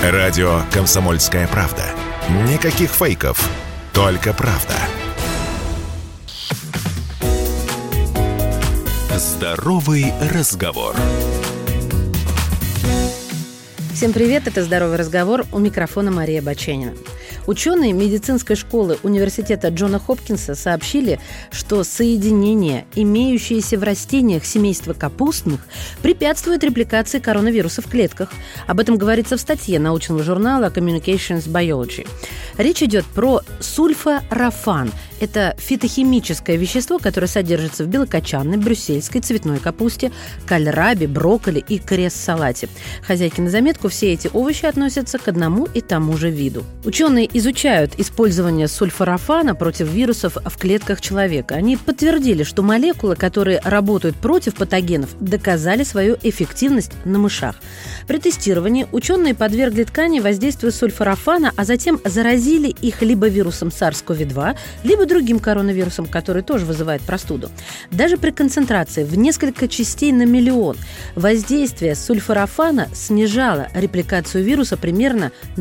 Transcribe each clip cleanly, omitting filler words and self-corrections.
Радио «Комсомольская правда». Никаких фейков, только правда. Здоровый разговор. Всем привет, это «Здоровый разговор», у микрофона Мария Баченина. Ученые медицинской школы университета Джона Хопкинса сообщили, что соединения, имеющиеся в растениях семейства капустных, препятствуют репликации коронавируса в клетках. Об этом говорится в статье научного журнала Communications Biology. Речь идет про сульфорафан. Это фитохимическое вещество, которое содержится в белокочанной, брюссельской, цветной капусте, кальрабе, брокколи и кресс-салате. Хозяйки на заметку, все эти овощи относятся к одному и тому же виду. Ученые изучают использование сульфорафана против вирусов в клетках человека. Они подтвердили, что молекулы, которые работают против патогенов, доказали свою эффективность на мышах. При тестировании ученые подвергли ткани воздействию сульфорафана, а затем заразили их либо вирусом SARS-CoV-2, либо другим коронавирусом, который тоже вызывает простуду. Даже при концентрации в несколько частей на миллион воздействие сульфорафана снижало репликацию вируса примерно на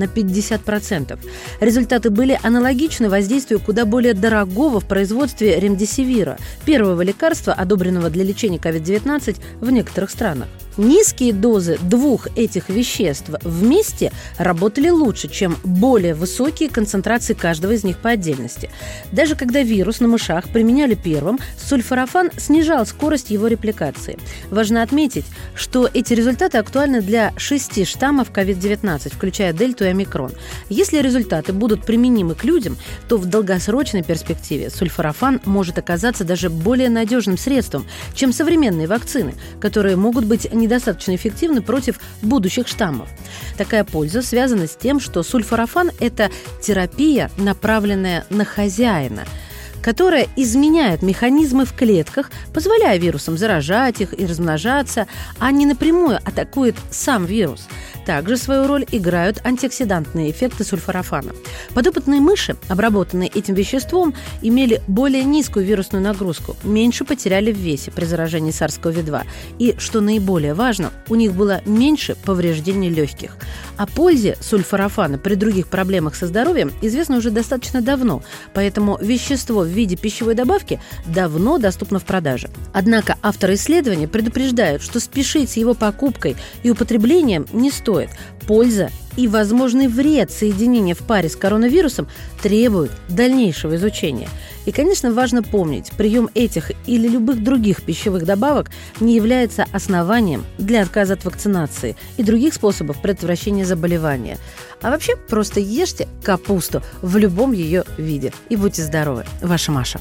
50%. Результаты были аналогичны воздействию куда более дорогого в производстве ремдесивира, первого лекарства, одобренного для лечения COVID-19 в некоторых странах. Низкие дозы двух этих веществ вместе работали лучше, чем более высокие концентрации каждого из них по отдельности. Даже когда вирус на мышах применяли первым, сульфорафан снижал скорость его репликации. Важно отметить, что эти результаты актуальны для 6 штаммов COVID-19, включая дельту и омикрон. Если результаты будут применимы к людям, то в долгосрочной перспективе сульфорафан может оказаться даже более надежным средством, чем современные вакцины, которые могут быть недостаточно эффективны против будущих штаммов. Такая польза связана с тем, что сульфорафан – это терапия, направленная на хозяина, которая изменяет механизмы в клетках, позволяя вирусам заражать их и размножаться, а не напрямую атакует сам вирус. Также свою роль играют антиоксидантные эффекты сульфорафана. Подопытные мыши, обработанные этим веществом, имели более низкую вирусную нагрузку, меньше потеряли в весе при заражении SARS-CoV-2 и, что наиболее важно, у них было меньше повреждений легких. О пользе сульфорафана при других проблемах со здоровьем известно уже достаточно давно, поэтому вещество в виде пищевой добавки давно доступно в продаже. Однако авторы исследования предупреждают, что спешить с его покупкой и употреблением не стоит. Польза и возможный вред соединения в паре с коронавирусом требуют дальнейшего изучения. И, конечно, важно помнить, прием этих или любых других пищевых добавок не является основанием для отказа от вакцинации и других способов предотвращения заболевания. А вообще просто ешьте капусту в любом ее виде. И будьте здоровы. Ваша Маша.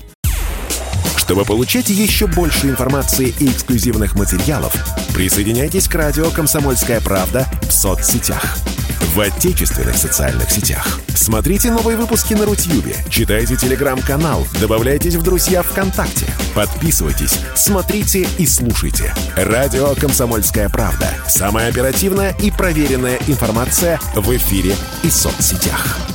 Чтобы получать еще больше информации и эксклюзивных материалов, присоединяйтесь к радио «Комсомольская правда» в соцсетях. В отечественных социальных сетях. Смотрите новые выпуски на Рутьюбе, читайте телеграм-канал, добавляйтесь в друзья ВКонтакте, подписывайтесь, смотрите и слушайте. Радио «Комсомольская правда». Самая оперативная и проверенная информация в эфире и соцсетях.